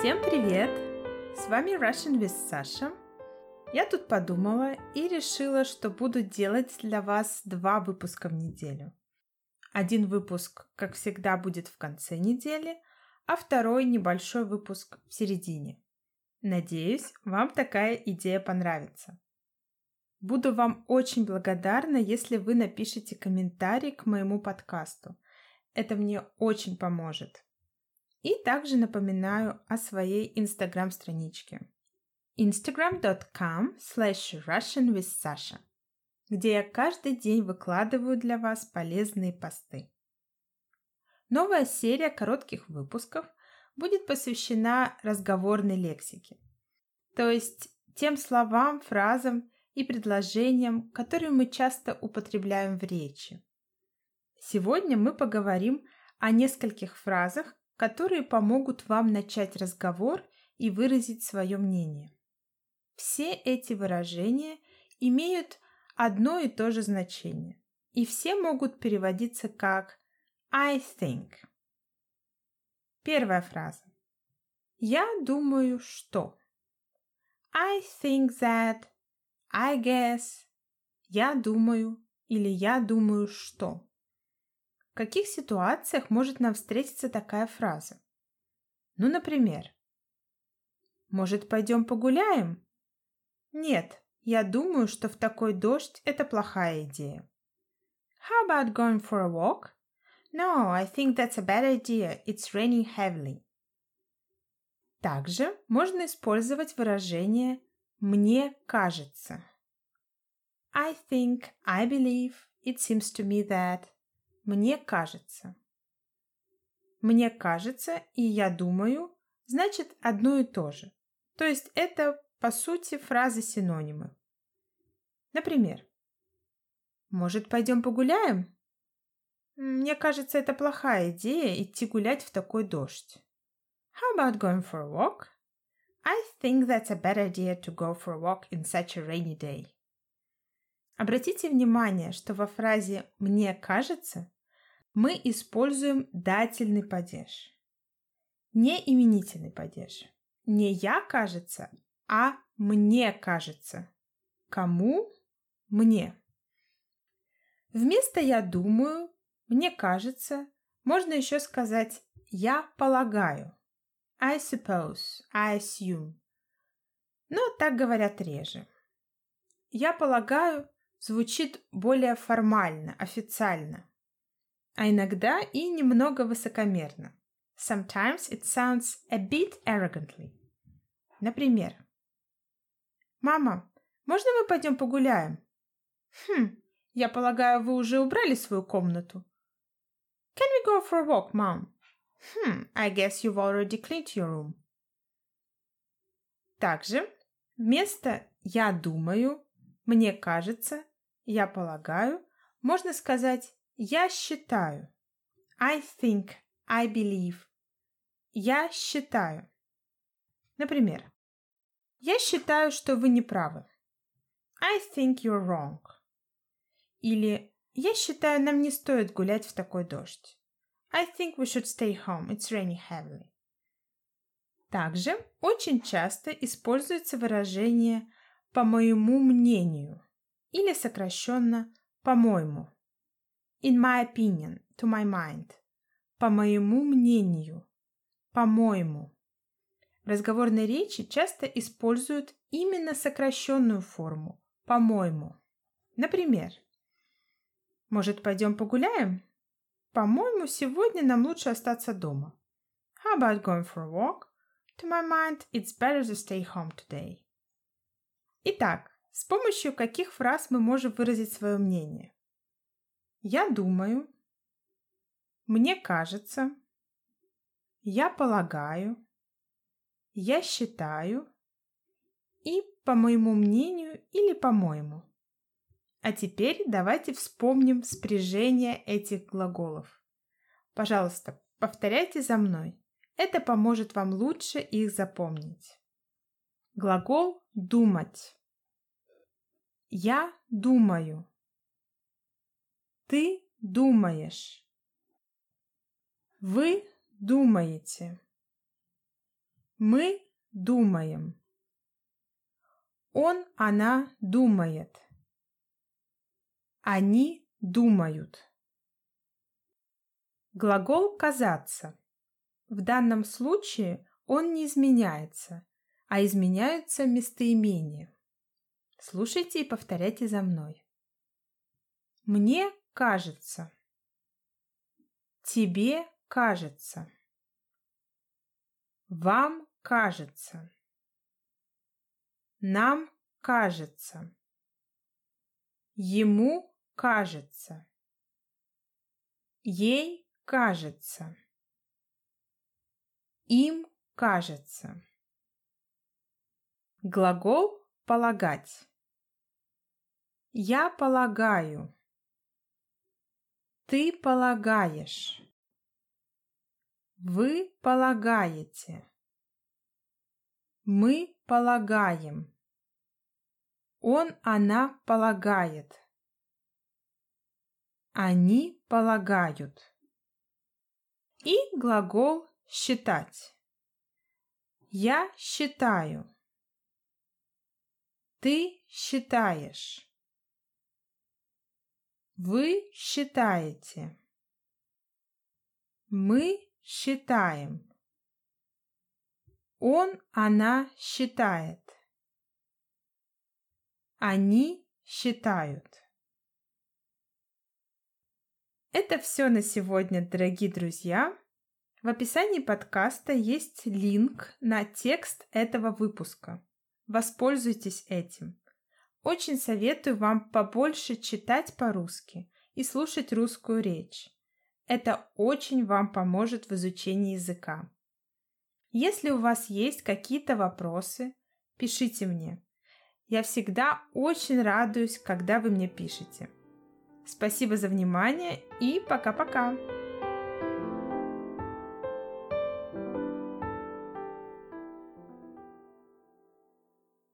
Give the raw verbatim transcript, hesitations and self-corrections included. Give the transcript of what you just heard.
Всем привет! С вами Russian with Sasha. Я тут подумала и решила, что буду делать для вас два выпуска в неделю. Один выпуск, как всегда, будет в конце недели, а второй небольшой выпуск в середине. Надеюсь, вам такая идея понравится. Буду вам очень благодарна, если вы напишите комментарий к моему подкасту. Это мне очень поможет. И также напоминаю о своей инстаграм-страничке instagram dot com slash russian with sasha, где я каждый день выкладываю для вас полезные посты. Новая серия коротких выпусков будет посвящена разговорной лексике, то есть тем словам, фразам и предложениям, которые мы часто употребляем в речи. Сегодня мы поговорим о нескольких фразах, которые помогут вам начать разговор и выразить свое мнение. Все эти выражения имеют одно и то же значение, и все могут переводиться как I think. Первая фраза. Я думаю, что. I think that. I guess. Я думаю или я думаю, что. В каких ситуациях может нам встретиться такая фраза? Ну, например, может, пойдем погуляем? Нет, я думаю, что в такой дождь это плохая идея. How about going for a walk? No, I think that's a bad idea. It's raining heavily. Также можно использовать выражение «мне кажется». I think, I believe, it seems to me that. Мне кажется. Мне кажется и я думаю значит одно и то же. То есть это, по сути, фразы-синонимы. Например, может, пойдем погуляем? Мне кажется, это плохая идея идти гулять в такой дождь. How about going for a walk? I think that's a bad idea to go for a walk in such a rainy day. Обратите внимание, что во фразе «мне кажется» мы используем дательный падеж, не именительный падеж. Не «я кажется», а «мне кажется». Кому? Мне. Вместо «я думаю», «мне кажется» можно еще сказать «я полагаю». I suppose, I assume. Но так говорят реже. «Я полагаю» звучит более формально, официально, а иногда и немного высокомерно. Sometimes it sounds a bit arrogantly. Например, «Мама, можно мы пойдем погуляем?» «Хм, я полагаю, вы уже убрали свою комнату?» «Can we go for a walk, Mom?» «Hmm, I guess you've already cleaned your room». Также вместо «я думаю», «мне кажется», «я полагаю» можно сказать «я считаю». I think, I believe. Я считаю. Например, я считаю, что вы не правы. I think you're wrong. Или я считаю, нам не стоит гулять в такой дождь. I think we should stay home. It's raining heavily. Также очень часто используется выражение «по моему мнению» или сокращенно «по-моему». In my opinion, to my mind. По моему мнению. По-моему. В разговорной речи часто используют именно сокращенную форму «по-моему». Например, может, пойдем погуляем? По-моему, сегодня нам лучше остаться дома. How about going for a walk? To my mind, it's better to stay home today. Итак, с помощью каких фраз мы можем выразить свое мнение? Я думаю, мне кажется, я полагаю, я считаю и по моему мнению или по-моему. А теперь давайте вспомним спряжение этих глаголов. Пожалуйста, повторяйте за мной. Это поможет вам лучше их запомнить. Глагол «думать». Я думаю. Ты думаешь. Вы думаете. Мы думаем. Он, она думает. Они думают. Глагол «казаться». В данном случае он не изменяется, а изменяются местоимения. Слушайте и повторяйте за мной. Мне кажется. Тебе кажется. Вам кажется. Нам кажется. Ему кажется. Ей кажется. Им кажется. Глагол «полагать». Я полагаю. Ты полагаешь. Вы полагаете. Мы полагаем. Он, она полагает. Они полагают. И глагол «считать». Я считаю. Ты считаешь. Вы считаете. Мы считаем. Он, она считает. Они считают. Это все на сегодня, дорогие друзья. В описании подкаста есть линк на текст этого выпуска. Воспользуйтесь этим. Очень советую вам побольше читать по-русски и слушать русскую речь. Это очень вам поможет в изучении языка. Если у вас есть какие-то вопросы, пишите мне. Я всегда очень радуюсь, когда вы мне пишете. Спасибо за внимание и пока-пока!